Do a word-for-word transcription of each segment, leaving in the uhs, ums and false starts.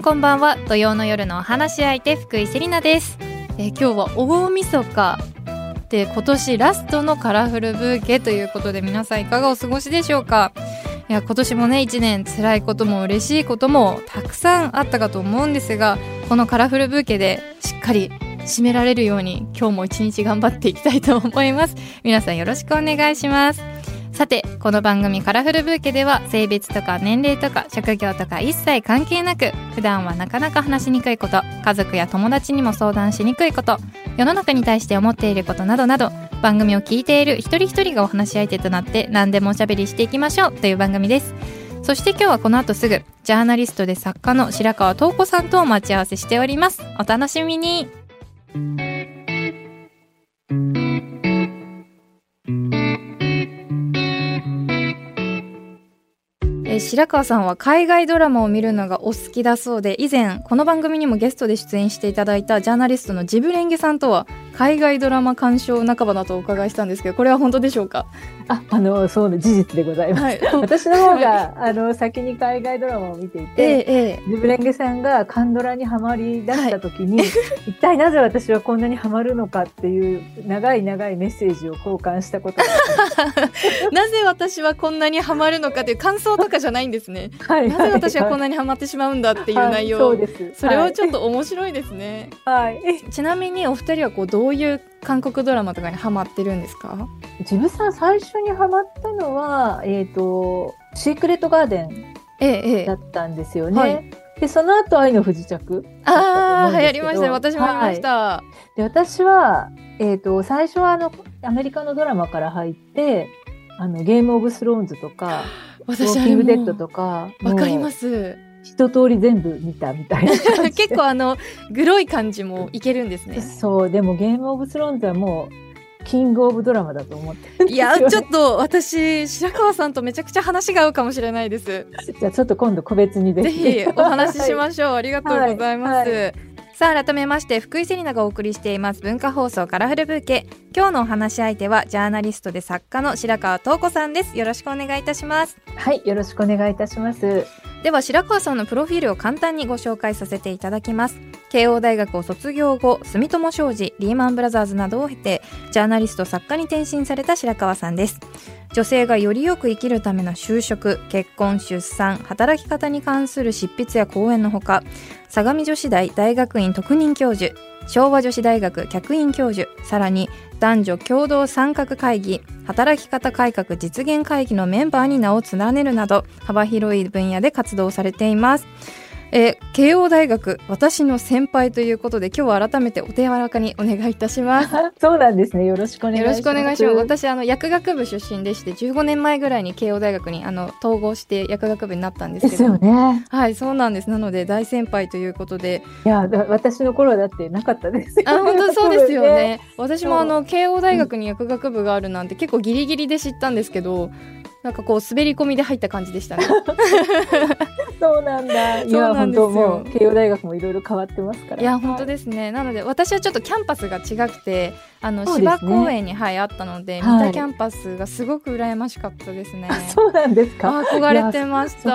こんばんは。土曜の夜のお話し相手、福井セリナです。えー、今日は大晦日で、今年ラストのカラフルブーケということで、皆さんいかがお過ごしでしょうか。いや、今年もね、一年辛いことも嬉しいこともたくさんあったかと思うんですが、このカラフルブーケでしっかり締められるように今日も一日頑張っていきたいと思います。皆さんよろしくお願いします。さて、この番組カラフルブーケでは、性別とか年齢とか職業とか一切関係なく、普段はなかなか話しにくいこと、家族や友達にも相談しにくいこと、世の中に対して思っていることなどなど、番組を聞いている一人一人がお話し相手となって何でもおしゃべりしていきましょうという番組です。そして今日はこの後すぐ、ジャーナリストで作家の白川桃子さんとお待ち合わせしております。お楽しみに。え白川さんは海外ドラマを見るのがお好きだそうで、以前この番組にもゲストで出演していただいたジャーナリストのジブレンゲさんとは海外ドラマ鑑賞仲間だとお伺いしたんですけど、これは本当でしょうか。 あ、あのそうね、事実でございます、はい、私の方があの先に海外ドラマを見ていて、ええ、ジブレンゲさんがカンドラにハマり出した時に、はい、一体なぜ私はこんなにハマるのかっていう長い長いメッセージを交換したことがありなぜ私はこんなにハマるのかという感想とかじゃないんですね、はい、なぜ私はこんなにハマってしまうんだっていう内容、はい、そうです。それはちょっと面白いですね、はい、ちなみにお二人はこうどういう韓国ドラマとかにハマってるんですか。 ジブさん最初にハマったのは、えーと、シークレットガーデンだったんですよね、ええはい、でその後愛の不時着。 ああ、流行りましたね。私も見ました、はい、 で私は、えーと、最初はあのアメリカのドラマから入ってあのゲームオブスローンズとか私ウォーキングデッドとかわかります。 一通り全部見たみたいな結構あのグロい感じもいけるんですね。 そう、でもゲームオブスローンズはもうキングオブドラマだと思ってるんですよね。 いや、ちょっと私白川さんとめちゃくちゃ話が合うかもしれないです。 じゃあちょっと今度個別にぜひぜひお話ししましょう、はい、ありがとうございます、はいはい。さあ改めまして、福井セリナがお送りしています文化放送カラフルブーケ。今日のお話し相手はジャーナリストで作家の白川桃子さんです。よろしくお願いいたします。 はい、よろしくお願いいたします。 では白川さんのプロフィールを簡単にご紹介させていただきます。慶応大学を卒業後、住友商事、リーマンブラザーズなどを経てジャーナリスト作家に転身された白川さんです。女性がよりよく生きるための就職、結婚、出産、働き方に関する執筆や講演のほか、相模女子大大学院特任教授、昭和女子大学客員教授、さらに男女共同参画会議、働き方改革実現会議のメンバーに名を連ねるなど、幅広い分野で活動されています。えー、慶応大学、私の先輩ということで、今日は改めてお手柔らかにお願いいたします。 そうなんですね。よろしくお願いします。 よろしくお願いします。私あの薬学部出身でして、じゅうごねんまえぐらいに慶応大学にあの統合して薬学部になったんですけど。 ですよね。 はい、そうなんです。なので大先輩ということで。 いや、私の頃はだってなかったですよね。 あ、本当そうですよね。私もあの慶応大学に薬学部があるなんて結構ギリギリで知ったんですけど、なんかこう滑り込みで入った感じでしたね。 そうなんだ。いや、本当もう慶応大学もいろいろ変わってますから。 いや、本当ですね。なので私はちょっとキャンパスが違くて、あの、ね、芝公園に、はい、あったので、はい、見たキャンパスがすごく羨ましかったですね。 そうなんですか。 憧れてました。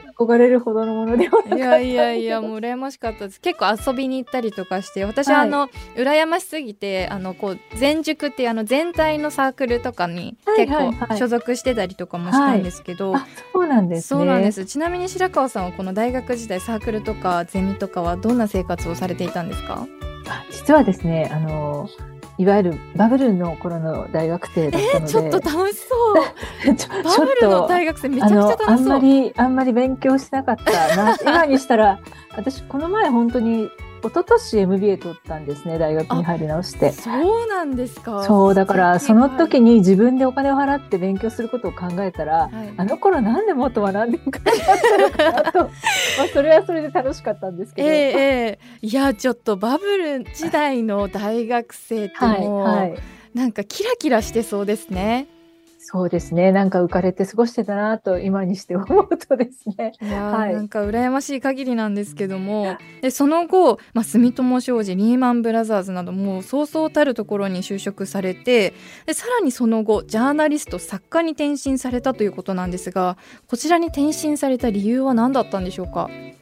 憧れるほどのものではなかった。 いやいやいや、もう羨ましかったです。結構遊びに行ったりとかして、私は、はい、あの羨ましすぎて、あのこう全塾っていうあの全体のサークルとかに結構所属してたりとかもしたんですけど、 はいはいはい、あ、そうなんですね。 そうなんです。ちなみに白川さんはこの大学時代サークルとかゼミとかはどんな生活をされていたんですか？ あ、実はですね、あのいわゆるバブルの頃の大学生だったので、 えー、ちょっと楽しそうちょバブルの大学生めちゃくちゃ楽しそう。 あ, あんまりあんまり勉強しなかったな今にしたら。私この前本当に一昨年 エムビーエー 取ったんですね、大学に入り直して。 そうなんですか。 そうだからその時に自分でお金を払って勉強することを考えたら、はい、あの頃なんでもっと学んでよかったのかなとまあそれはそれで楽しかったんですけど、えーえー、いやちょっとバブル時代の大学生ってもう、はいはい、なんかキラキラしてそうですね。 そうですね、なんか浮かれて過ごしてたなと今にして思うとですね。 いや、はい、なんか羨ましい限りなんですけども、でその後、まあ、住友商事、リーマンブラザーズなどもうそうそうたるところに就職されて、でさらにその後ジャーナリスト作家に転身されたということなんですが、こちらに転身された理由は何だったんでしょうか？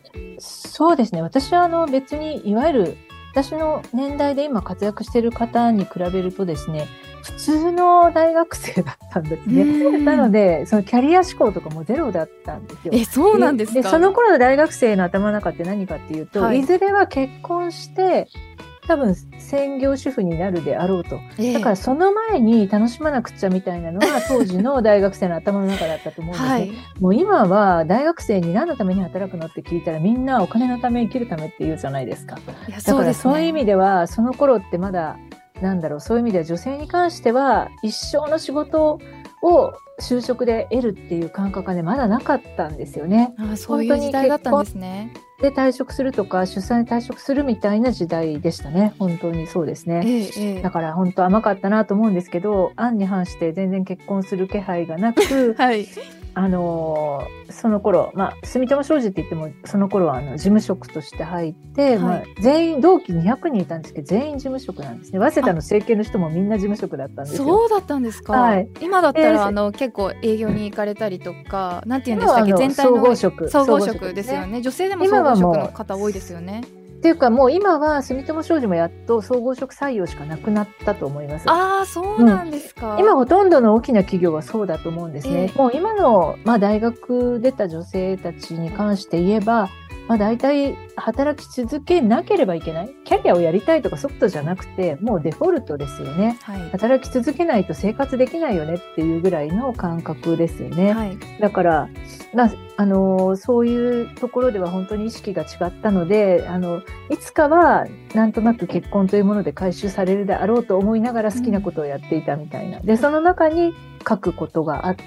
そうですね。私はあの別にいわゆる私の年代で今活躍している方に比べるとですね、普通の大学生だったんですね。なのでそのキャリア志向とかもゼロだったんですよ。 え、そうなんですか。 で、その頃の大学生の頭の中って何かっていうと、はい、いずれは結婚して多分専業主婦になるであろうと、えー、だからその前に楽しまなくちゃみたいなのが当時の大学生の頭の中だったと思うんですね、はい、もう今は大学生に何のために働くのって聞いたらみんなお金のため生きるためって言うじゃないですか。いや、そうですね、だからそういう意味ではその頃ってまだなんだろう、そういう意味では女性に関しては一生の仕事を就職で得るっていう感覚がねまだなかったんですよね。 あ、そういう時代だったんですね。 で退職するとか出産で退職するみたいな時代でしたね。本当にそうですね、ええええ、だから本当甘かったなと思うんですけど、案に反して全然結婚する気配がなく、はい、あのその頃、まあ、住友商事って言ってもその頃はあの事務職として入って、はい、まあ、全員同期にひゃくにんいたんですけど全員事務職なんですね。早稲田の成形の人もみんな事務職だったんですよ。 そうだったんですか、はい、今だったらあの結構営業に行かれたりとか、なんていうんでしたっけ、全体の総合職総合職ですよね。女性でも総合職の方多いですよね。 っていうかもう今は住友商事もやっと総合職採用しかなくなったと思います。 ああ、そうなんですか、 うん、今ほとんどの大きな企業はそうだと思うんですね、えー、もう今の、まあ、大学出た女性たちに関して言えば、まあ、大体働き続けなければいけない、キャリアをやりたいとかソフトじゃなくてもうデフォルトですよね、はい、働き続けないと生活できないよねっていうぐらいの感覚ですよね、はい、だから、まああのそういうところでは本当に意識が違ったので、あのいつかはなんとなく結婚というもので回収されるであろうと思いながら好きなことをやっていたみたいな、うん、でその中に書くことがあって、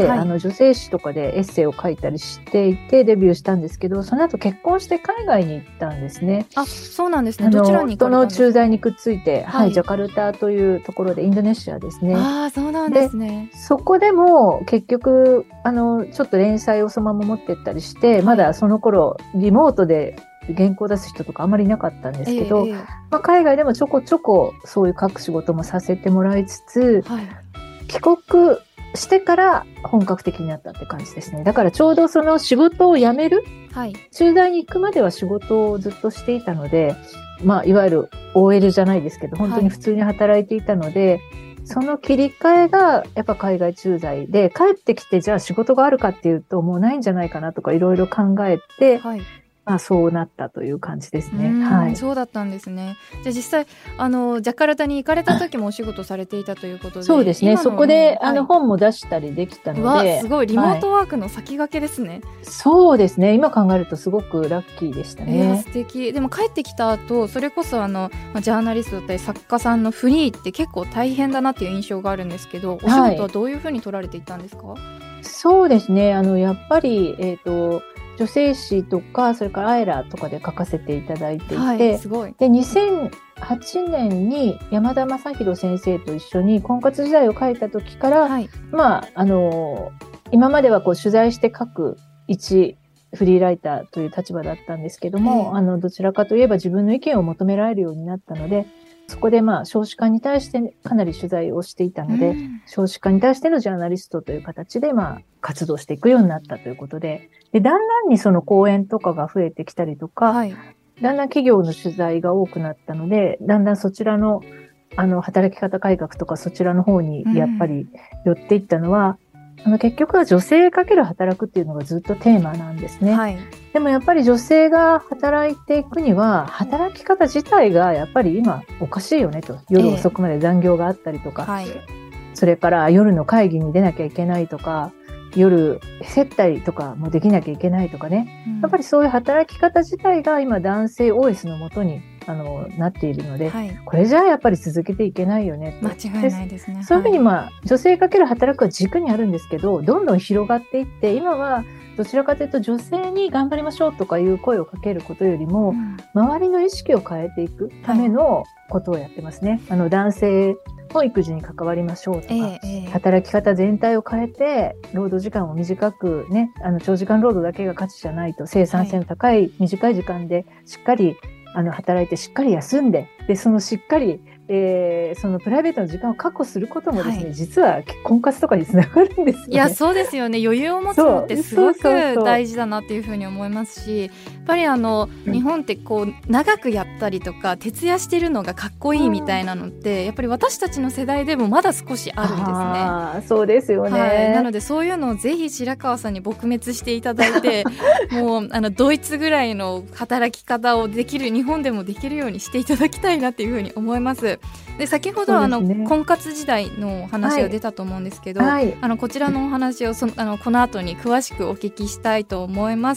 はい、あの女性誌とかでエッセイを書いたりしていてデビューしたんですけど、その後結婚して海外に行ったんですね。 あ、そうなんですね。どちらに行かれたんですか？ 夫の駐在にくっついて、はいはい、ジャカルタというところでインドネシアですね。 ああ、そうなんですね。 でそこでも結局あのちょっと連載をそのまま持ってったりして、はい、まだその頃リモートで原稿を出す人とかあまりいなかったんですけど、えーまあ、海外でもちょこちょこそういう書く仕事もさせてもらいつつ、はい、帰国してから本格的になったって感じですね。だからちょうどその仕事を辞める、はい、駐在に行くまでは仕事をずっとしていたので、まあ、いわゆる オーエル じゃないですけど本当に普通に働いていたので、はい、その切り替えがやっぱ海外駐在で帰ってきてじゃあ仕事があるかっていうともうないんじゃないかなとかいろいろ考えて、はい、まあ、そうなったという感じですね。はい、 そうだったんですね。じゃあ実際あのジャカルタに行かれた時もお仕事されていたということで。 そうですね。そこで、はい、あの本も出したりできたので、 わ、すごいリモートワークの先駆けですね、はい、 そうですね。今考えるとすごくラッキーでしたね。 えー、素敵。でも帰ってきた後それこそあのジャーナリストだったり作家さんのフリーって結構大変だなっていう印象があるんですけど、お仕事はどういうふうに取られていったんですか？はい、 そうですね。あのやっぱりえっと女性誌とかそれからアイラとかで書かせていただいていて、はい、すごい。でにせんはちねんに山田正弘先生と一緒に婚活時代を書いた時から、はい、まああの今まではこう取材して書く一フリーライターという立場だったんですけども、あのどちらかといえば自分の意見を求められるようになったので、そこでまあ少子化に対してかなり取材をしていたので、うん、少子化に対してのジャーナリストという形でまあ活動していくようになったということで、でだんだんにその講演とかが増えてきたりとか、はい、だんだん企業の取材が多くなったので、だんだんそちらのあの働き方改革とかそちらの方にやっぱり寄っていったのは、うん、あの結局は女性かける働くっていうのがずっとテーマなんですね。はい、でもやっぱり女性が働いていくには働き方自体がやっぱり今おかしいよねと。夜遅くまで残業があったりとか、えーはい、それから夜の会議に出なきゃいけないとか、夜接待とかもできなきゃいけないとかね、うん、やっぱりそういう働き方自体が今男性 オーエス のもとにあのなっているので、はい、これじゃあやっぱり続けていけないよねと。 間違いないですね。 そういうふうに、まあ、はい、女性かける働くは軸にあるんですけど、どんどん広がっていって今はどちらかというと女性に頑張りましょうとかいう声をかけることよりも、うん、周りの意識を変えていくためのことをやってますね。はい、あの男性の育児に関わりましょうとか、えーえー、働き方全体を変えて労働時間を短くね、あの長時間労働だけが価値じゃないと、生産性の高い短い時間でしっかりあの働いてしっかり休んで、でそのしっかりえー、そのプライベートの時間を確保することもですね、はい、実は婚活とかにつながるんですよね。 いやそうですよね。余裕を持つのってすごく大事だなっていうふうに思いますし、やっぱりあの、うん、日本ってこう長くやったりとか徹夜してるのがかっこいいみたいなのって、うん、やっぱり私たちの世代でもまだ少しあるんですね。 あそうですよね、 はい、なのでそういうのをぜひ白川さんに撲滅していただいてもうあのドイツぐらいの働き方をできる日本でもできるようにしていただきたいなっていうふうに思います。で先ほどあの、ね、婚活時代の話が出たと思うんですけど、はいはい、あのこちらのお話をそのあのこの後に詳しくお聞きしたいと思います。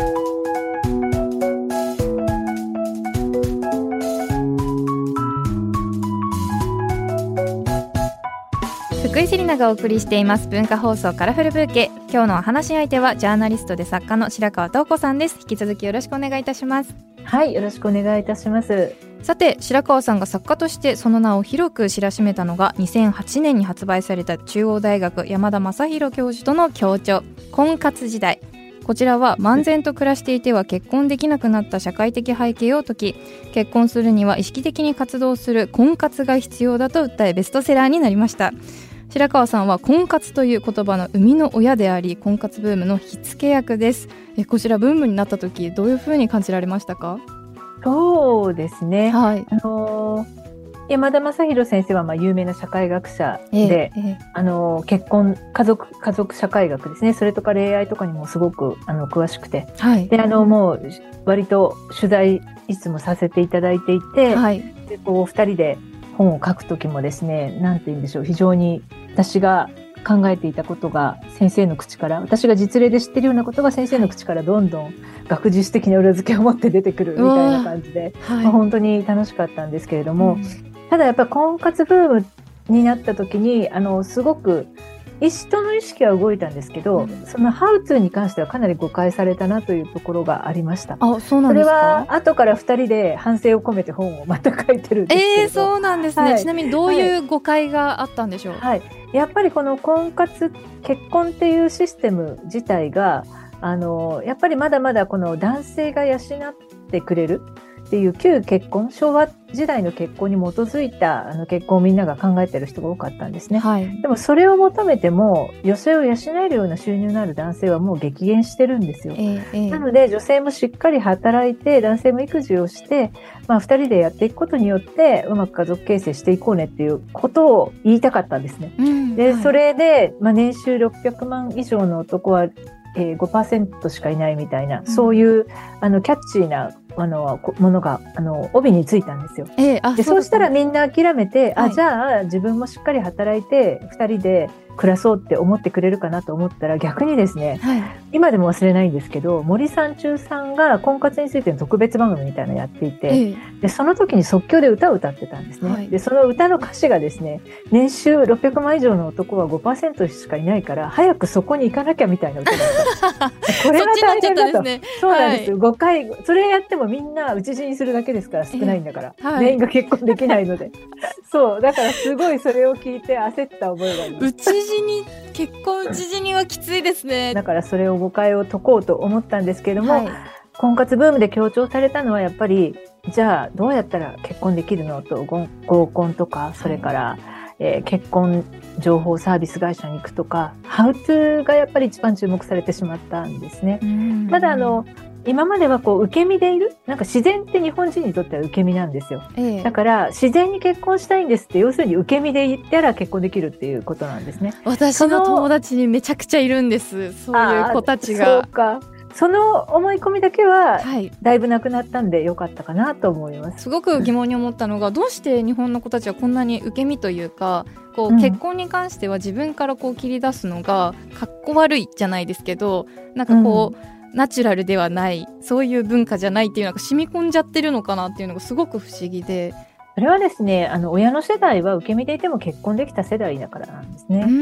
福井セリナがお送りしています文化放送カラフルブーケ。今日のお話し相手はジャーナリストで作家の白川桃子さんです。引き続きよろしくお願いいたします。 はい、よろしくお願いいたします。 さて白川さんが作家としてその名を広く知らしめたのがにせんはちねんに発売された中央大学山田正弘教授との共著婚活時代。こちらは漫然と暮らしていては結婚できなくなった社会的背景を説き、結婚するには意識的に活動する婚活が必要だと訴えベストセラーになりました。白川さんは婚活という言葉の生みの親であり婚活ブームの火付け役です。えこちらブームになった時どういうふうに感じられましたか？ そうですね、 はい、 あのー、山田正弘先生はまあ有名な社会学者で、えーえー、あのー、結婚家族家族社会学ですね、それとか恋愛とかにもすごくあの詳しくて、はい、であのもう割と取材いつもさせていただいていて、はい、でこうふたりで本を書くときもですね、なんて言うんでしょう、非常に私が考えていたことが先生の口から私が実例で知ってるようなことが先生の口からどんどん学術的な裏付けを持って出てくるみたいな感じで、はい、まあ、本当に楽しかったんですけれども、うん、ただやっぱり婚活ブームになった時にあのすごく人の意識は動いたんですけど、うん、そのハウツーに関してはかなり誤解されたなというところがありました。 あ、そうなんですか？ それは後からふたりで反省を込めて本をまた書いてるんですけど、 えー、そうなんですね、はい、ちなみにどういう誤解があったんでしょう？ はい、やっぱりこの婚活結婚っていうシステム自体があのやっぱりまだまだこの男性が養ってくれるっていう旧結婚、昭和時代の結婚に基づいたあの結婚をみんなが考えてる人が多かったんですね、はい、でもそれを求めても女性を養えるような収入のある男性はもう激減してるんですよ、えーえー、なので女性もしっかり働いて男性も育児をして、まあ、ふたりでやっていくことによってうまく家族形成していこうねっていうことを言いたかったんですね、うん、で、はい、それで、まあ、年収ろっぴゃくまん以上の男はえー、ごパーセント しかいないみたいな、うん、そういうあのキャッチーなあのものがあの帯についたんですよ、えー、あでそうしたらみんな諦めて、はい、あじゃあ自分もしっかり働いてふたりで暮らそうって思ってくれるかなと思ったら逆にですね、はい、今でも忘れないんですけど森三中さんが婚活についての特別番組みたいなのやっていて、えー、でその時に即興で歌を歌ってたんですね、はい、でその歌の歌詞がですね年収ろっぴゃくまん以上の男は ごパーセント しかいないから早くそこに行かなきゃみたいな歌だったこれは大変だと、ね、そうなんですよ、はい、ごかいそれやってもみんな討ち死にするだけですから少ないんだから、えーはい、全員が結婚できないのでそうだからすごいそれを聞いて焦った覚えがあります。 討ち死に結婚討ち死にはきついですね。 だからそれを誤解を解こうと思ったんですけれども、はい、婚活ブームで強調されたのはやっぱりじゃあどうやったら結婚できるのと合コンとかそれから、はいえー、結婚情報サービス会社に行くとかハウツーがやっぱり一番注目されてしまったんですね。ただあの今まではこう受け身でいるなんか自然って日本人にとっては受け身なんですよ、ええ、だから自然に結婚したいんですって要するに受け身で言ったら結婚できるっていうことなんですね。 私の友達にめちゃくちゃいるんです。そういう子たちが。 そうかその思い込みだけはだいぶなくなったんでよかったかなと思います、はい、 すごく疑問に思ったのがどうして日本の子たちはこんなに受け身というかこう、うん、結婚に関しては自分からこう切り出すのがかっこ悪いじゃないですけどなんかこう、うんナチュラルではないそういう文化じゃないっていうのが染み込んじゃってるのかなっていうのがすごく不思議でそれはですねあの親の世代は受け身でいても結婚できた世代だからなんですね。う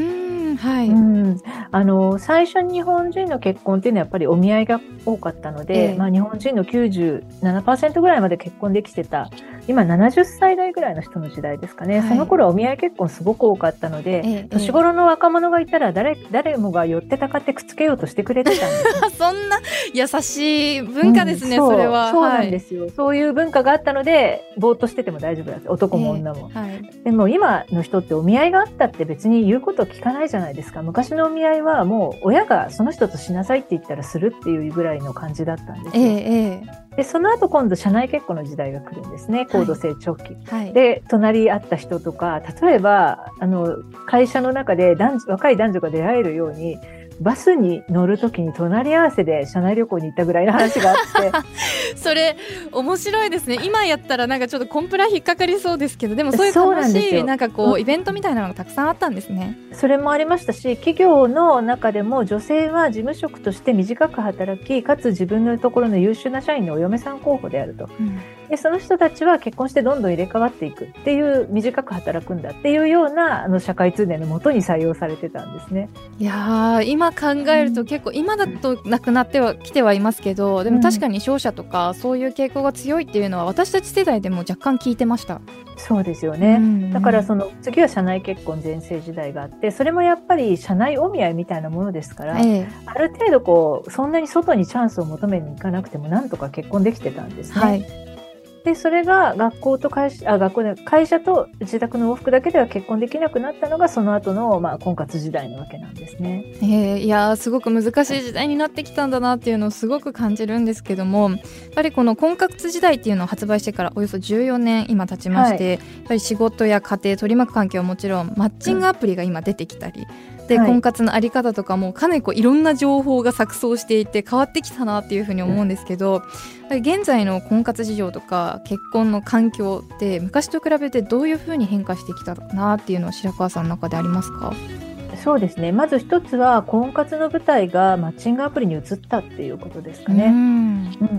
はい、 うん、あの最初に日本人の結婚っていうのはやっぱりお見合いが多かったので、えーまあ、日本人の きゅうじゅうななパーセント ぐらいまで結婚できてた今ななじゅっさい代ぐらいの人の時代ですかね、はい、その頃はお見合い結婚すごく多かったので、えー、年頃の若者がいたら 誰, 誰もが寄ってたかってくっつけようとしてくれてたんですそんな優しい文化ですね、うん、そ, それはそうなんですよ、はい、そういう文化があったのでぼーっとしてても大丈夫なんです、男も女も、えーはい、でも今の人ってお見合いがあったって別に言うこと聞かないじゃないですか。昔のお見合いはもう親がその人としなさいって言ったらするっていうぐらいの感じだったんですよ、えー、でその後今度社内結婚の時代が来るんですね、高度成長期、はい、で隣り合った人とか、例えばあの会社の中で男女若い男女が出会えるようにバスに乗るときに隣り合わせで社内旅行に行ったぐらいの話があってそれ面白いですね。今やったらなんかちょっとコンプラ引っかかりそうですけど、でもそういう楽しいなんかこうイベントみたいなのがたくさんあったんですね。 それもありましたし、企業の中でも女性は事務職として短く働き、かつ自分のところの優秀な社員のお嫁さん候補であると、うん、でその人たちは結婚してどんどん入れ替わっていくっていう、短く働くんだっていうようなあの社会通念のもとに採用されてたんですね。 いやー、今考えると結構、今だとなくなってはきてはいますけど、でも確かに商社とかそういう傾向が強いっていうのは私たち世代でも若干聞いてました。 そうですよね、うん、だからその次は社内結婚全盛時代があって、それもやっぱり社内お見合いみたいなものですから、ええ、ある程度こうそんなに外にチャンスを求めに行かなくてもなんとか結婚できてたんですね、はい。でそれが学校と会社、あ、学校で会社と自宅の往復だけでは結婚できなくなったのがその後の、まあ、婚活時代なわけなんですね。 えー、いやすごく難しい時代になってきたんだなっていうのをすごく感じるんですけども、やっぱりこの婚活時代っていうのを発売してからおよそじゅうよねん今経ちまして、はい、やっぱり仕事や家庭取り巻く環境はもちろんマッチングアプリが今出てきたり、うん、で、はい、婚活のあり方とかもかなりこういろんな情報が錯綜していて変わってきたなっていうふうに思うんですけど、うん、現在の婚活事情とか結婚の環境って昔と比べてどういうふうに変化してきたかなっていうのは白川さんの中でありますか？ そうですね、まず一つは婚活の舞台がマッチングアプリに移ったっていうことですかね。うん、うん、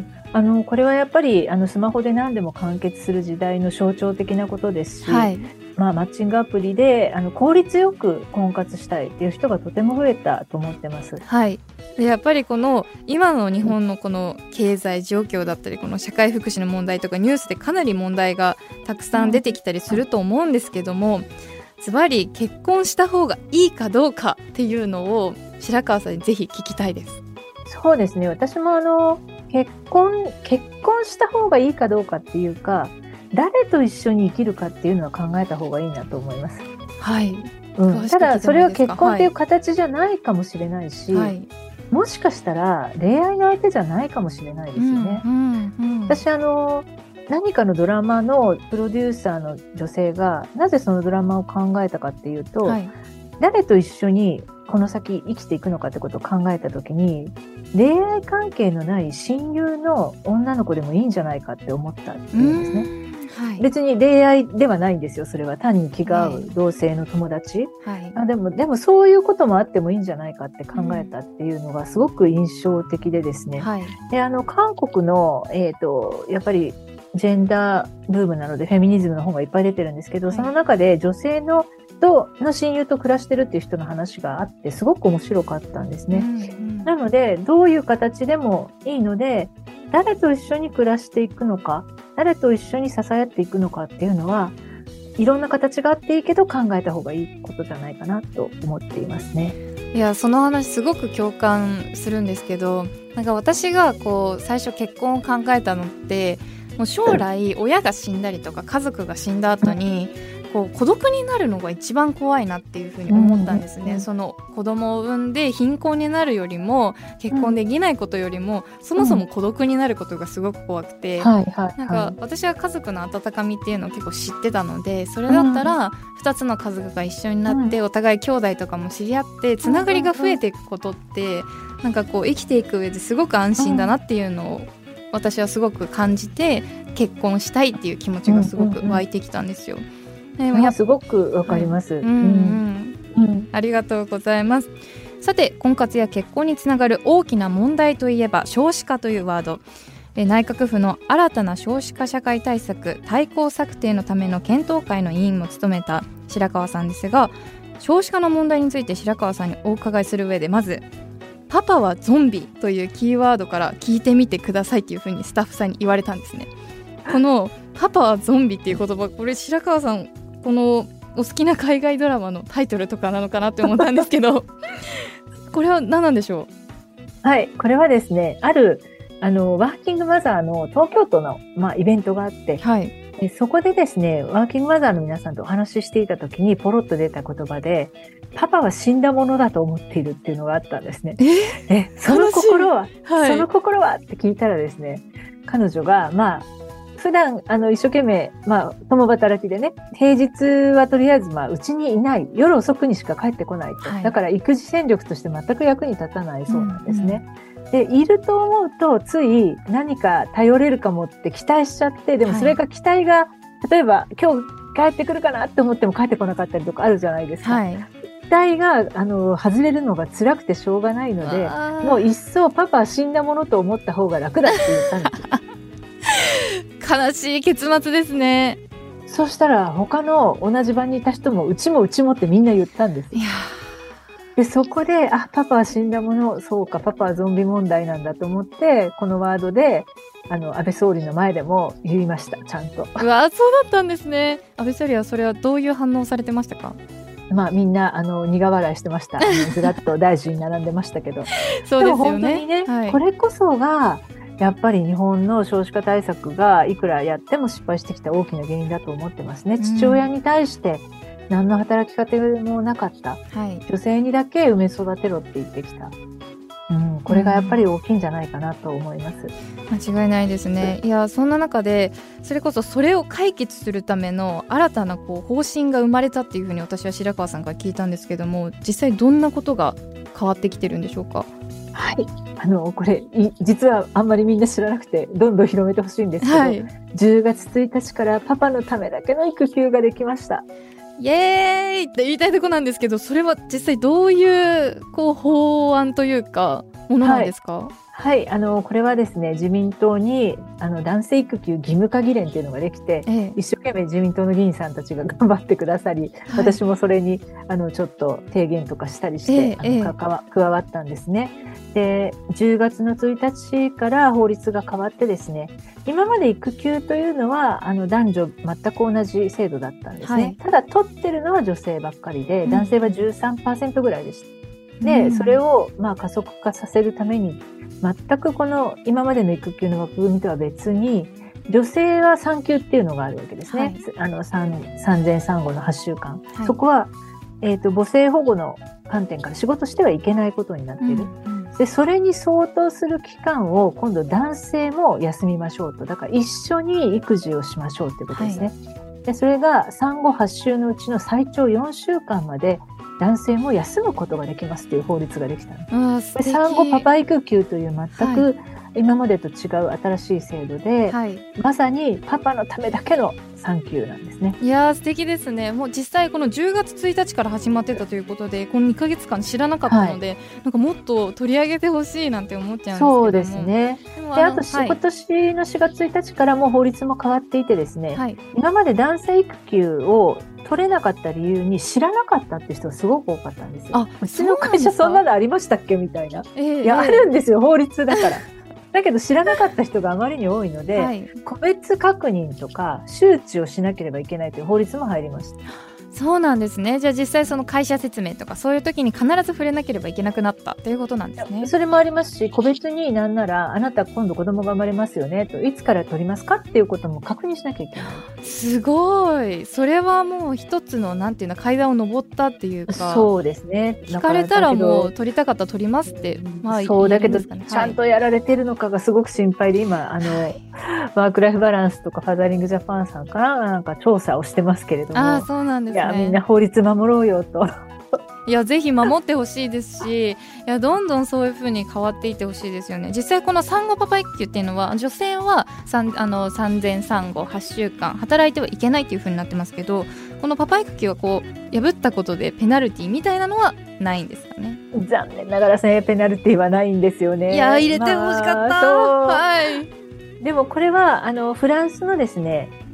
あのこれはやっぱりあのスマホで何でも完結する時代の象徴的なことですし、はい、まあ、マッチングアプリであの効率よく婚活したいっていう人がとても増えたと思ってます、 はい。でやっぱりこの今の日本のこの経済状況だったり、この社会福祉の問題とかニュースでかなり問題がたくさん出てきたりすると思うんですけども、ズバリ結婚した方がいいかどうかっていうのを白川さんにぜひ聞きたいです。 そうですね、私もあの結婚結婚した方がいいかどうかっていうか、誰と一緒に生きるかっていうのは考えた方がいいなと思います。 はい、 うん、ただそれは結婚っていう形じゃないかもしれないし、はい、もしかしたら恋愛の相手じゃないかもしれないですよね、うんうんうん、私あの何かのドラマのプロデューサーの女性がなぜそのドラマを考えたかっていうと、はい、誰と一緒にこの先生きていくのかってことを考えたときに、恋愛関係のない親友の女の子でもいいんじゃないかって思ったっていうんですね。はい、別に恋愛ではないんですよ、それは単に気が合う同性の友達、はい、あでも、でもそういうこともあってもいいんじゃないかって考えたっていうのがすごく印象的でですね、はい、であの韓国の、えーと、やっぱりジェンダーブームなのでフェミニズムの本がいっぱい出てるんですけど、はい、その中で女性のとの親友と暮らしてるっていう人の話があってすごく面白かったんですね、うんうん、なのでどういう形でもいいので、誰と一緒に暮らしていくのか、誰と一緒に支え合っていくのかっていうのはいろんな形があっていいけど考えた方がいいことじゃないかなと思っていますね。 いやその話すごく共感するんですけど、なんか私がこう最初結婚を考えたのって、もう将来親が死んだりとか家族が死んだ後にこう孤独になるのが一番怖いなっていうふうに思ったんですね、うん、その子供を産んで貧困になるよりも結婚できないことよりも、うん、そもそも孤独になることがすごく怖くて、うん、なんか私は家族の温かみっていうのを結構知ってたので、それだったらふたつの家族が一緒になってお互い兄弟とかも知り合ってつながりが増えていくことってなんかこう生きていく上ですごく安心だなっていうのを私はすごく感じて、結婚したいっていう気持ちがすごく湧いてきたんですよ。 でもすごくわかります、うんうんうん、ありがとうございます。さて婚活や結婚につながる大きな問題といえば少子化というワード、え内閣府の新たな少子化社会対策大綱策定のための検討会の委員も務めた白川さんですが、 少子化の問題について白川さんにお伺いする上で、まずパパはゾンビというキーワードから聞いてみてくださいっていう風にスタッフさんに言われたんですね。このパパはゾンビっていう言葉、これ白川さんこのお好きな海外ドラマのタイトルとかなのかなって思ったんですけどこれは何なんでしょう？はい、これはですね、あるあのワーキングマザーの東京都の、まあ、イベントがあって、はい、でそこでですね、ワーキングマザーの皆さんとお話ししていた時にポロッと出た言葉で、パパは死んだものだと思っているっていうのがあったんですね。ええその心は、はい、その心はって聞いたらですね、彼女がまあ普段あの一生懸命、まあ、共働きでね、平日はとりあえずまあうちにいない、夜遅くにしか帰ってこないと、はい、だから育児戦力として全く役に立たないそうなんですね。うんうん、でいると思うとつい何か頼れるかもって期待しちゃって、でもそれが期待が、はい、例えば今日帰ってくるかなって思っても帰ってこなかったりとかあるじゃないですか。はい、期待があの外れるのが辛くてしょうがないので、もう一層パパは死んだものと思った方が楽だって言ったんですよ。 悲しい結末ですね。 そしたら他の同じ班にいた人もうちもうちもってみんな言ったんです。いやでそこで、あ、パパは死んだもの、そうか、パパはゾンビ問題なんだと思って、このワードであの安倍総理の前でも言いました、ちゃんと。 うわ、そうだったんですね。安倍総理はそれはどういう反応されてましたか？ まあ、みんなあの苦笑いしてました。あのずらっと大臣に並んでましたけどそうですよね。でも本当にね、はい、これこそがやっぱり日本の少子化対策がいくらやっても失敗してきた大きな原因だと思ってますね。うん、父親に対して何の働きかけもなかった、はい、女性にだけ産め育てろって言ってきた、うん、これがやっぱり大きいんじゃないかなと思います。 うん、間違いないですね。いや、そんな中でそれこそそれを解決するための新たなこう方針が生まれたっていうふうに私は白川さんから聞いたんですけども、実際どんなことが変わってきてるんでしょうか？ はい、あのこれ実はあんまりみんな知らなくてどんどん広めてほしいんですけど、はい、じゅうがつついたちからパパのためだけの育休ができました。 イエーイって言いたいとこなんですけど、それは実際どういうこう法案というかものなんですか？はいはい、あのこれはですね、自民党にあの男性育休義務化議連っていうのができて、ええ、一生懸命自民党の議員さんたちが頑張ってくださり、はい、私もそれにあのちょっと提言とかしたりして、え、あのか加わったんですね。で、じゅうがつのついたちから法律が変わってですね、今まで育休というのはあの男女全く同じ制度だったんですね。はい、ただ取ってるのは女性ばっかりで、うん、男性は じゅうさんパーセント ぐらいでした。で、うん、それをまあ加速化させるために全くこの今までの育休の枠組みとは別に女性は産休っていうのがあるわけですね。はい、あの産前産後のはちしゅうかん、はい、そこは、えーと、母性保護の観点から仕事してはいけないことになっている。うんうん、でそれに相当する期間を今度男性も休みましょうと、だから一緒に育児をしましょうということですね。はい、でそれが産後はち週のうちの最長よんしゅうかんまで男性も休むことができますという法律ができたの。で産後パパ育休という全く今までと違う新しい制度で、はい、まさにパパのためだけの産休なんですね。 いやー素敵ですね。もう実際このじゅうがつついたちから始まってたということで、このにかげつかん知らなかったので、はい、なんかもっと取り上げてほしいなんて思っちゃうんですけども。そうですね。 であと、はい、今年のしがつついたちからもう法律も変わっていてですね、はい、今まで男性育休を取れなかった理由に知らなかったって人がすごく多かったんですよ。あ、うちの会社そんなのありましたっけみたいな。えー、いや、あるんですよ、法律だから。だけど知らなかった人があまりに多いので、はい、個別確認とか周知をしなければいけないという法律も入りました。 そうなんですね。じゃあ実際その会社説明とかそういう時に必ず触れなければいけなくなったということなんですね。 それもありますし、個別になんならあなた今度子供が生まれますよねと、いつから取りますかっていうことも確認しなきゃいけない。 すごい。それはもう一つのなんていうの階段を上ったっていうか。 そうですね。 聞かれたらもう取りたかったら取りますって、まあ、 そうだけど、ちゃんとやられてるのかがすごく心配で、今あの、はい、ワークライフバランスとかファザリングジャパンさんからなんか調査をしてますけれども。 あ、そうなんですね。 いやみんな法律守ろうよと。 いやぜひ守ってほしいですし、いやどんどんそういう風に変わっていってほしいですよね。実際この産後パパ育休っていうのは女性は産あの産前産後はちしゅうかん働いてはいけないっていう風になってますけど、このパパ育休はこう破ったことでペナルティみたいなのはないんですかね。 残念ながらね、ペナルティはないんですよね。 いや入れてほしかった、まあ、はい。 でもこれはあのフランスのですね、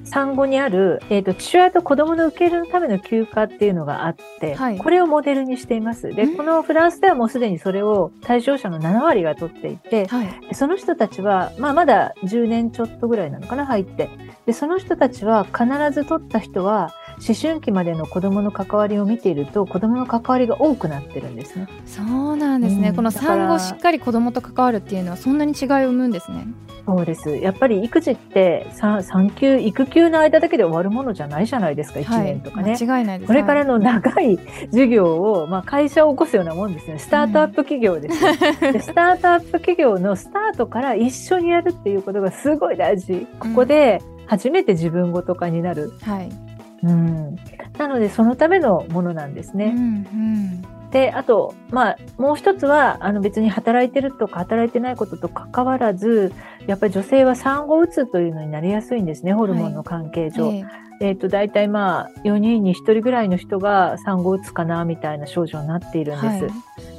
産後にある、えーと、父親と子供の受け入れのための休暇っていうのがあって、はい、これをモデルにしています。で、このフランスではもうすでにそれを対象者のななわりが取っていて、はい、その人たちは、まあ、まだじゅうねんちょっとぐらいなのかな、入って。で、その人たちは必ず取った人は、思春期までの子供の関わりを見ていると子供の関わりが多くなってるんですね。 そうなんですね、うん、この産後しっかり子供と関わるっていうのはそんなに違いを生むんですね。 そうです。やっぱり育児って産休育休の間だけで終わるものじゃないじゃないですか、いちねんとかね、 はい、間違いないです。 これからの長い授業を、まあ、会社を起こすようなもんですね。スタートアップ企業です、うん、でスタートアップ企業のスタートから一緒にやるっていうことがすごい大事。ここで初めて自分ごと化になる、うん、はい、うん、なのでそのためのものなんですね。うんうん、で、あと、まあ、もう一つはあの別に働いてるとか働いてないことと関わらず、やっぱり女性は産後うつというのになりやすいんですね、ホルモンの関係上。はい、えーえーと、大体まあよにんにひとりぐらいの人が産後うつかなみたいな症状になっているんです。はい、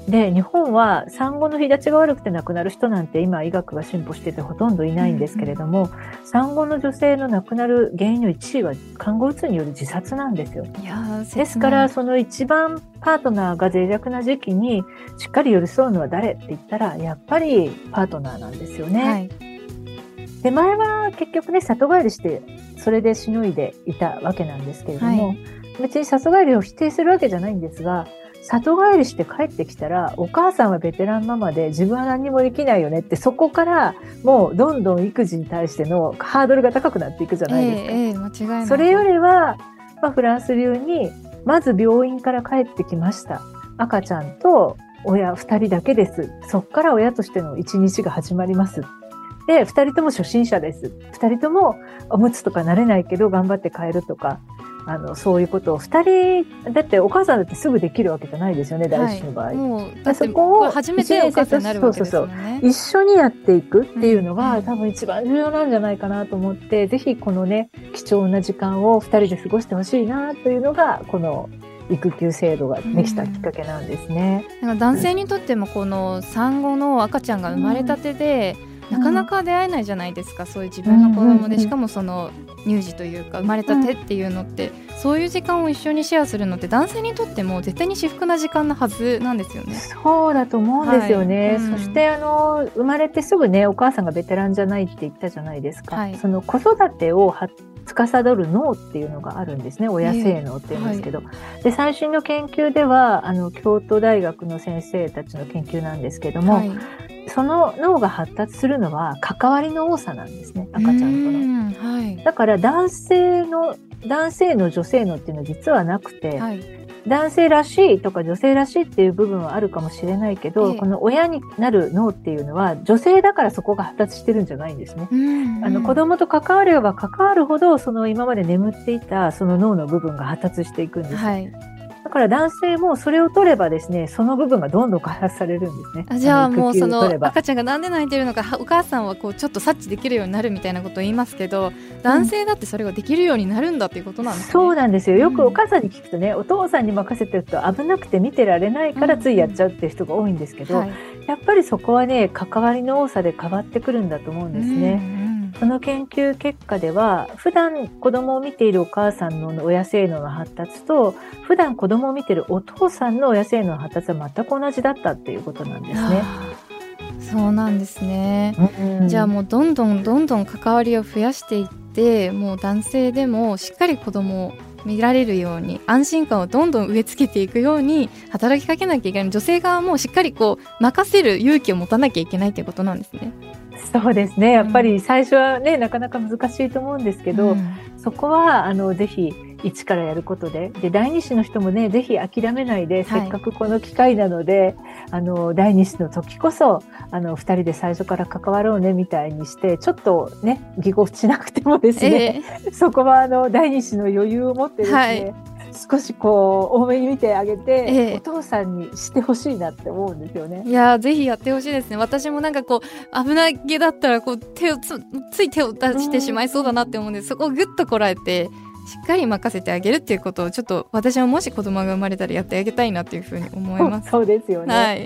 で、日本は産後の日立ちが悪くて亡くなる人なんて今医学が進歩しててほとんどいないんですけれども、うんうん、産後の女性の亡くなる原因のいちいは産後うつによる自殺なんですよ。いやですからその一番パートナーが脆弱な時期にしっかり寄り添うのは誰って言ったらやっぱりパートナーなんですよね。はい、で、前は結局ね里帰りしてそれでしのいでいたわけなんですけれども、はい、別に里帰りを否定するわけじゃないんですが、里帰りして帰ってきたらお母さんはベテランママで自分は何もできないよねって、そこからもうどんどん育児に対してのハードルが高くなっていくじゃないですか。えーえー、間違いない。それよりは、まあ、フランス流にまず病院から帰ってきました、赤ちゃんと親ふたりだけです、そこから親としての一日が始まります。で、二人とも初心者です。二人ともおむつとか慣れないけど頑張って帰るとか、あの、そういうことを二人、だってお母さんだってすぐできるわけじゃないですよね、第一の場合。はい、もうだってそこを初めてお母さんになるわけですよね。そうそうそう。 一緒にやっていくっていうのが、うん、多分一番重要なんじゃないかなと思って、ぜひこのね、貴重な時間を二人で過ごしてほしいなというのが、この育休制度ができたきっかけなんですね。 うん、なんか男性にとってもこの産後の赤ちゃんが生まれたてで、うんなかなか出会えないじゃないですか、そういう自分の子供で、しかもその乳児というか生まれたてっていうのって、そういう時間を一緒にシェアするのって男性にとっても絶対に至福な時間なはずなんですよね。 そうだと思うんですよね。はいうん、そしてあの生まれてすぐねお母さんがベテランじゃないって言ったじゃないですか。はい、その子育てをは司る脳っていうのがあるんですね、親性脳っていうんですけど、えーはい、で最新の研究ではあの京都大学の先生たちの研究なんですけども、はいその脳が発達するのは関わりの多さなんですね、赤ちゃんとの。はい、だから男性の男性の女性のっていうのは実はなくて、はい、男性らしいとか女性らしいっていう部分はあるかもしれないけど、ええ、この親になる脳っていうのは女性だからそこが発達してるんじゃないんですね。うんうん、あの子供と関われば関わるほどその今まで眠っていたその脳の部分が発達していくんです。はいだから男性もそれを取ればですね、その部分がどんどん開発されるんですね。 あじゃあもうその赤ちゃんがなんで泣いてるのかお母さんはこうちょっと察知できるようになるみたいなことを言いますけど、男性だってそれができるようになるんだっていうことなんですね。 そうなんですよ。よくお母さんに聞くとね、うん、お父さんに任せてると危なくて見てられないからついやっちゃうっていう人が多いんですけど、うんはい、やっぱりそこはね関わりの多さで変わってくるんだと思うんですね。うんうんその研究結果では普段子供を見ているお母さんの親性脳の発達と普段子供を見ているお父さんの親性脳の発達は全く同じだったっていうことなんですね。 そうなんですね、うん、じゃあもうどんどんどんどん関わりを増やしていってもう男性でもしっかり子供を見られるように安心感をどんどん植え付けていくように働きかけなきゃいけない。女性側もしっかりこう任せる勇気を持たなきゃいけないということなんですね。 そうですね。やっぱり最初はね、うん、なかなか難しいと思うんですけど、うん、そこはあのぜひ一からやることで、で第二子の人もね、ぜひ諦めないで、はい、せっかくこの機会なので、あの第二子の時こそあの二人で最初から関わろうねみたいにして、ちょっとねぎこちなくてもですね、えー、そこはあの第二子の余裕を持ってですね。はい少しこう多めに見てあげて、ええ、お父さんにしてほしいなって思うんですよね。 いやぜひやってほしいですね。私もなんかこう危なげだったらこう手を つ, つい手を出してしまいそうだなって思うんで、そこをぐっとこらえてしっかり任せてあげるっていうことをちょっと私ももし子供が生まれたらやってあげたいなっていうふうに思います。 そうですよね、 はい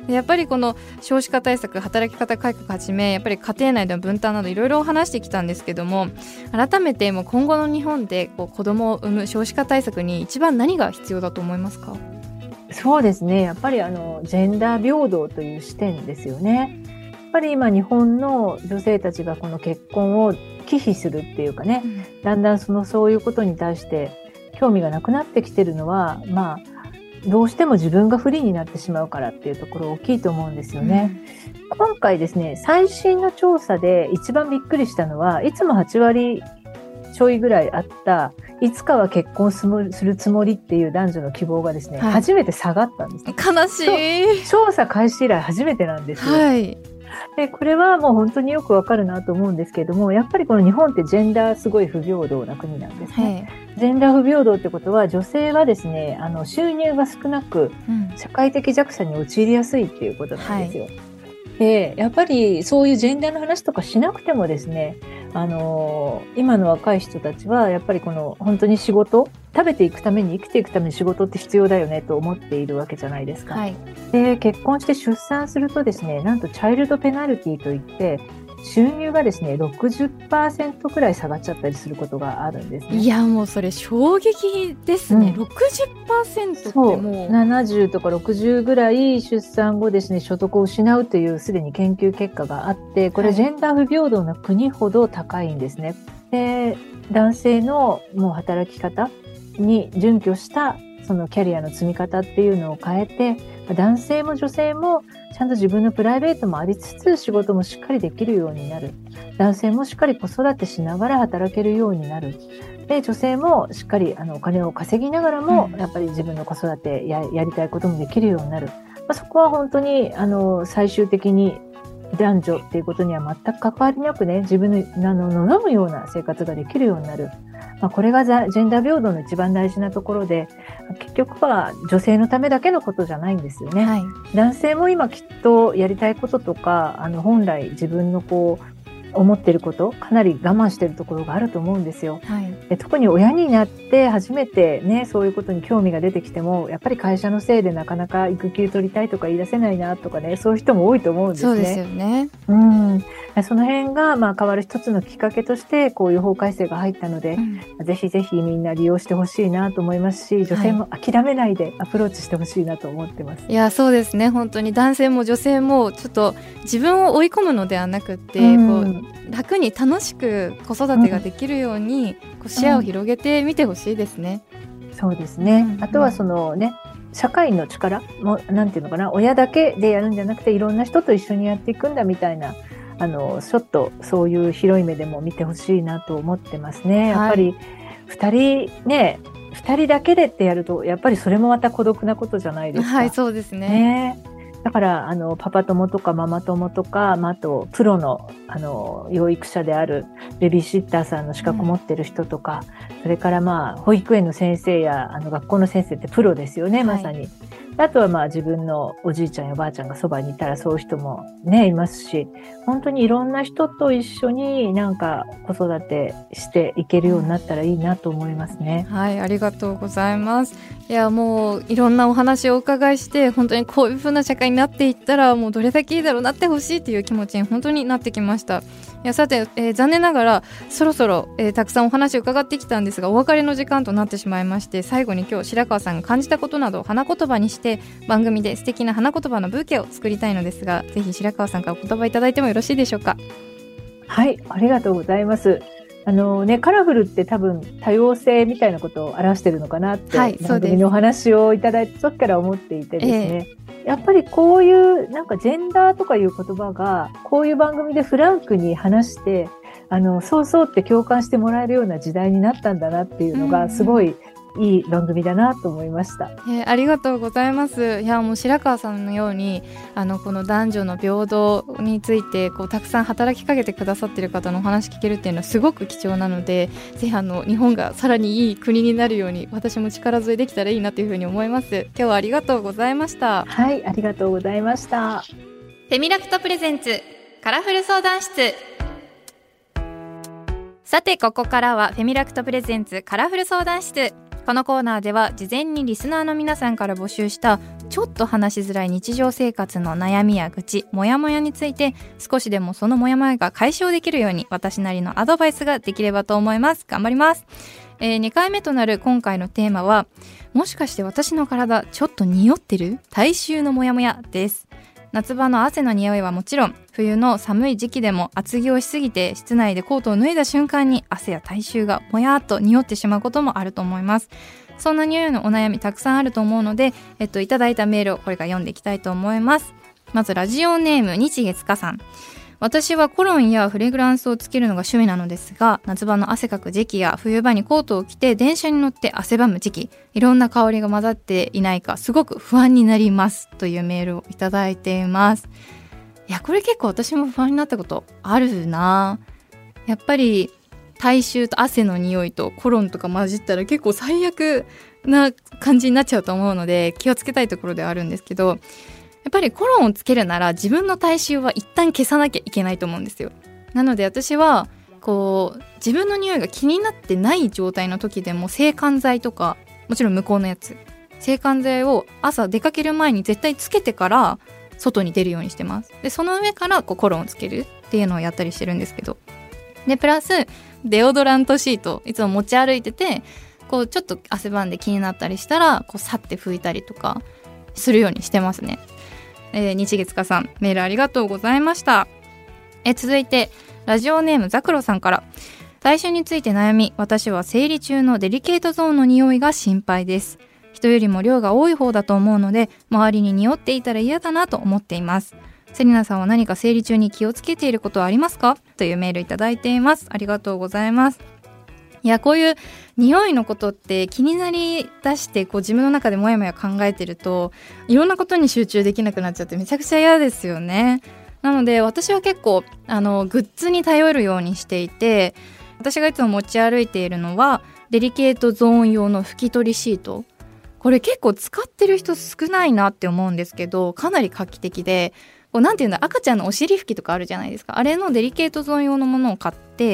やっぱりこの少子化対策、働き方改革はじめ、やっぱり家庭内での分担などいろいろ話してきたんですけども、改めてもう今後の日本でこう子どもを産む少子化対策に一番何が必要だと思いますか？ そうですね、やっぱりあのジェンダー平等という視点ですよね。やっぱり今日本の女性たちがこの結婚を忌避するっていうかね、うん、だんだんそのそういうことに対して興味がなくなってきてるのは、まあどうしても自分が不利になってしまうからっていうところ大きいと思うんですよね。うん、今回ですね、最新の調査で一番びっくりしたのは、いつもはちわりちょいぐらいあったいつかは結婚するつもりっていう男女の希望がですね、はい、初めて下がったんです、ね。 悲しい。 調査開始以来初めてなんですよ。はい、でこれはもう本当によくわかるなと思うんですけれども、やっぱりこの日本ってジェンダーすごい不平等な国なんですね。はい、ジェンダー不平等ってことは、女性はですね、あの収入が少なく、うん、社会的弱者に陥りやすいっていうことなんですよ。はい、でやっぱりそういうジェンダーの話とかしなくてもですね、あのー、今の若い人たちはやっぱりこの本当に仕事、食べていくために生きていくために仕事って必要だよねと思っているわけじゃないですか。はい、で結婚して出産するとですね、なんとチャイルドペナルティといって収入がですね ろくじゅっパーセント くらい下がっちゃったりすることがあるんですね。 いやもうそれ衝撃ですね。うん、ろくじゅっパーセント ってもうななじゅうとかろくじゅうぐらい出産後ですね、所得を失うというすでに研究結果があって、これジェンダー不平等な国ほど高いんですね。で男性のもう働き方に準拠したそのキャリアの積み方っていうのを変えて、男性も女性もちゃんと自分のプライベートもありつつ仕事もしっかりできるようになる。男性もしっかり子育てしながら働けるようになる。で女性もしっかりあのお金を稼ぎながらも、うん、やっぱり自分の子育て や, やりたいこともできるようになる。まあ、そこは本当にあの最終的に男女っていうことには全く関わりなくね、自分のあの望むような生活ができるようになる。まあ、これがジェンダー平等の一番大事なところで、結局は女性のためだけのことじゃないんですよね。はい、男性も今きっとやりたいこととか、あの本来自分のこう思っていることかなり我慢しているところがあると思うんですよ。はい、で特に親になって初めてね、そういうことに興味が出てきてもやっぱり会社のせいでなかなか育休取りたいとか言い出せないなとかね、そういう人も多いと思うんですね。 そうですよね。 うん、その辺がまあ変わる一つのきっかけとしてこういう法改正が入ったので、うん、ぜひぜひみんな利用してほしいなと思いますし、女性も諦めないでアプローチしてほしいなと思ってます。はい、 いやそうですね、本当に男性も女性もちょっと自分を追い込むのではなくて、うん、こう楽に楽しく子育てができるように、うん、こう視野を広げてみてほしいですね。 うん、そうですね。あとはそのね、社会の力もなんていうのかな、親だけでやるんじゃなくていろんな人と一緒にやっていくんだみたいな、あのちょっとそういう広い目でも見てほしいなと思ってますね。やっぱりふたりね、ふたりだけでってやるとやっぱりそれもまた孤独なことじゃないですか。 はい、そうですね。 ね、だからあのパパ友とかママ友とか、まあ、あとプロの、あの養育者であるベビーシッターさんの資格持ってる人とか、うん、それからまあ保育園の先生やあの学校の先生ってプロですよね、まさに。はい、あとはまあ自分のおじいちゃんやおばあちゃんがそばにいたらそういう人もねいますし、本当にいろんな人と一緒になんか子育てしていけるようになったらいいなと思いますね。 はい、ありがとうございます。いやもういろんなお話をお伺いして、本当にこういう風な社会になっていったらもうどれだけいいだろうなってほしいという気持ちに本当になってきました。いやさて、えー、残念ながらそろそろ、えー、たくさんお話を伺ってきたんですが、お別れの時間となってしまいまして、最後に今日白川さんが感じたことなどを花言葉にして番組で素敵な花言葉のブーケを作りたいのですが、ぜひ白川さんからお言葉いただいてもよろしいでしょうか。 はい、ありがとうございます。あのね、カラフルって多分多様性みたいなことを表しているのかなって、はい、番組のお話をいただいた時から思っていてですね、えー、やっぱりこういうなんかジェンダーとかいう言葉がこういう番組でフランクに話して、あのそうそうって共感してもらえるような時代になったんだなっていうのがすごいいい番組だなと思いました。 えー、ありがとうございます。いやもう白川さんのようにあのこの男女の平等についてこうたくさん働きかけてくださっている方のお話聞けるっていうのはすごく貴重なので、ぜひあの日本がさらにいい国になるように私も力添えできたらいいなというふうに思います。今日はありがとうございました。 はい、ありがとうございました。 フェミラクトプレゼンツカラフル相談室。さてここからはフェミラクトプレゼンツカラフル相談室。 このコーナーでは事前にリスナーの皆さんから募集したちょっと話しづらい日常生活の悩みや愚痴、モヤモヤについて少しでもそのモヤモヤが解消できるように私なりのアドバイスができればと思います。頑張ります。えー、にかいめとなる今回のテーマは、もしかして私の体ちょっと匂ってる？体臭のモヤモヤです。夏場の汗の匂いはもちろん、冬の寒い時期でも厚着をしすぎて室内でコートを脱いだ瞬間に汗や体臭がもやーっと匂ってしまうこともあると思います。そんな匂いのお悩みたくさんあると思うので、えっと、いただいたメールをこれから読んでいきたいと思います。まずラジオネーム日月かさん。私はコロンやフレグランスをつけるのが趣味なのですが、夏場の汗かく時期や冬場にコートを着て電車に乗って汗ばむ時期、いろんな香りが混ざっていないかすごく不安になりますというメールをいただいています。いや、これ結構私も不安になったことあるな。やっぱり体臭と汗の匂いとコロンとか混じったら結構最悪な感じになっちゃうと思うので、気をつけたいところではあるんですけど、やっぱりコロンをつけるなら自分の体臭は一旦消さなきゃいけないと思うんですよ。なので私はこう自分の匂いが気になってない状態の時でも制汗剤とか、もちろん向こうのやつ、制汗剤を朝出かける前に絶対つけてから外に出るようにしてます。でその上からこうコロンをつけるっていうのをやったりしてるんですけど、でプラスデオドラントシートいつも持ち歩いてて、こうちょっと汗ばんで気になったりしたらこうさって拭いたりとかするようにしてますね。えー、日月かさん、メールありがとうございました。え続いてラジオネームザクロさんから、体臭について悩み、私は生理中のデリケートゾーンの匂いが心配です。人よりも量が多い方だと思うので、周りに匂っていたら嫌だなと思っています。セリナさんは何か生理中に気をつけていることはありますか？というメールいただいています。ありがとうございます。いや、こういう匂いのことって気になりだしてこう自分の中でもやもや考えてると、いろんなことに集中できなくなっちゃってめちゃくちゃ嫌ですよね。なので私は結構あのグッズに頼るようにしていて、私がいつも持ち歩いているのはデリケートゾーン用の拭き取りシート。これ結構使ってる人少ないなって思うんですけど、かなり画期的で、こうなんていうんだ、赤ちゃんのお尻拭きとかあるじゃないですか。あれのデリケートゾーン用のものを買って、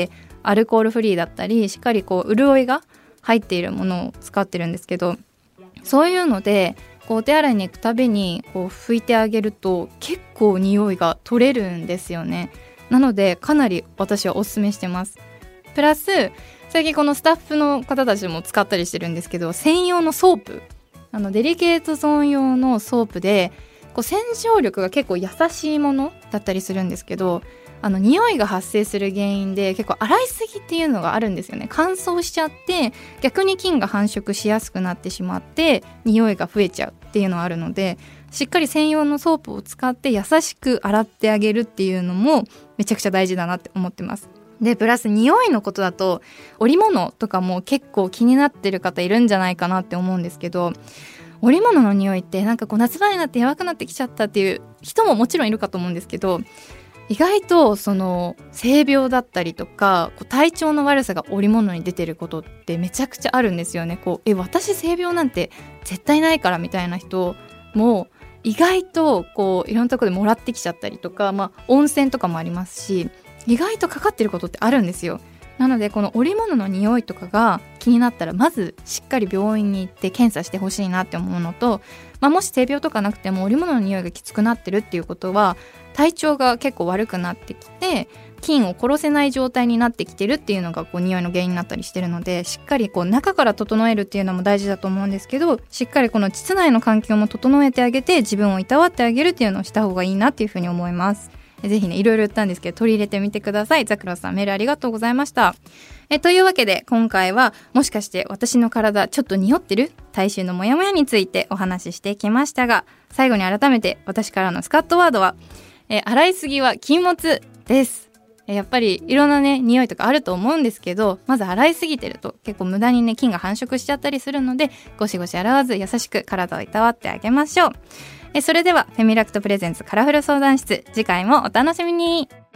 アルコールフリーだったりしっかりこう潤いが入っているものを使ってるんですけど、そういうのでこうお手洗いに行くたびにこう拭いてあげると結構匂いが取れるんですよね。なのでかなり私はおすすめしてます。プラス最近このスタッフの方たちも使ったりしてるんですけど、専用のソープ、あのデリケートゾーン用のソープでこう洗浄力が結構優しいものだったりするんですけど、あの匂いが発生する原因で結構洗いすぎっていうのがあるんですよね。乾燥しちゃって逆に菌が繁殖しやすくなってしまって匂いが増えちゃうっていうのがあるので、しっかり専用のソープを使って優しく洗ってあげるっていうのもめちゃくちゃ大事だなって思ってます。でプラス匂いのことだと織物とかも結構気になってる方いるんじゃないかなって思うんですけど、織物の匂いってなんかこう夏場になってやばくなってきちゃったっていう人ももちろんいるかと思うんですけど、意外とその性病だったりとかこう体調の悪さが織物に出てることってめちゃくちゃあるんですよね。こうえ私性病なんて絶対ないからみたいな人も意外とこういろんなところでもらってきちゃったりとか、まあ、温泉とかもありますし、意外とかかってることってあるんですよ。なのでこの織物の匂いとかが気になったらまずしっかり病院に行って検査してほしいなって思うのと、まあ、もし性病とかなくても織物の匂いがきつくなってるっていうことは体調が結構悪くなってきて菌を殺せない状態になってきてるっていうのがこう匂いの原因になったりしてるので、しっかりこう中から整えるっていうのも大事だと思うんですけど、しっかりこの膣内の環境も整えてあげて自分をいたわってあげるっていうのをした方がいいなっていうふうに思います。ぜひねいろいろ言ったんですけど取り入れてみてください。ザクロさんメールありがとうございました。えというわけで今回はもしかして私の体ちょっと匂ってる体臭のモヤモヤについてお話ししてきましたが、最後に改めて私からのスカットワードはえ洗いすぎは禁物です。えやっぱりいろんなね匂いとかあると思うんですけど、まず洗いすぎてると結構無駄にね菌が繁殖しちゃったりするので、ゴシゴシ洗わず優しく体をいたわってあげましょう。えそれではフェミラクトプレゼンツカラフル相談室、次回もお楽しみに。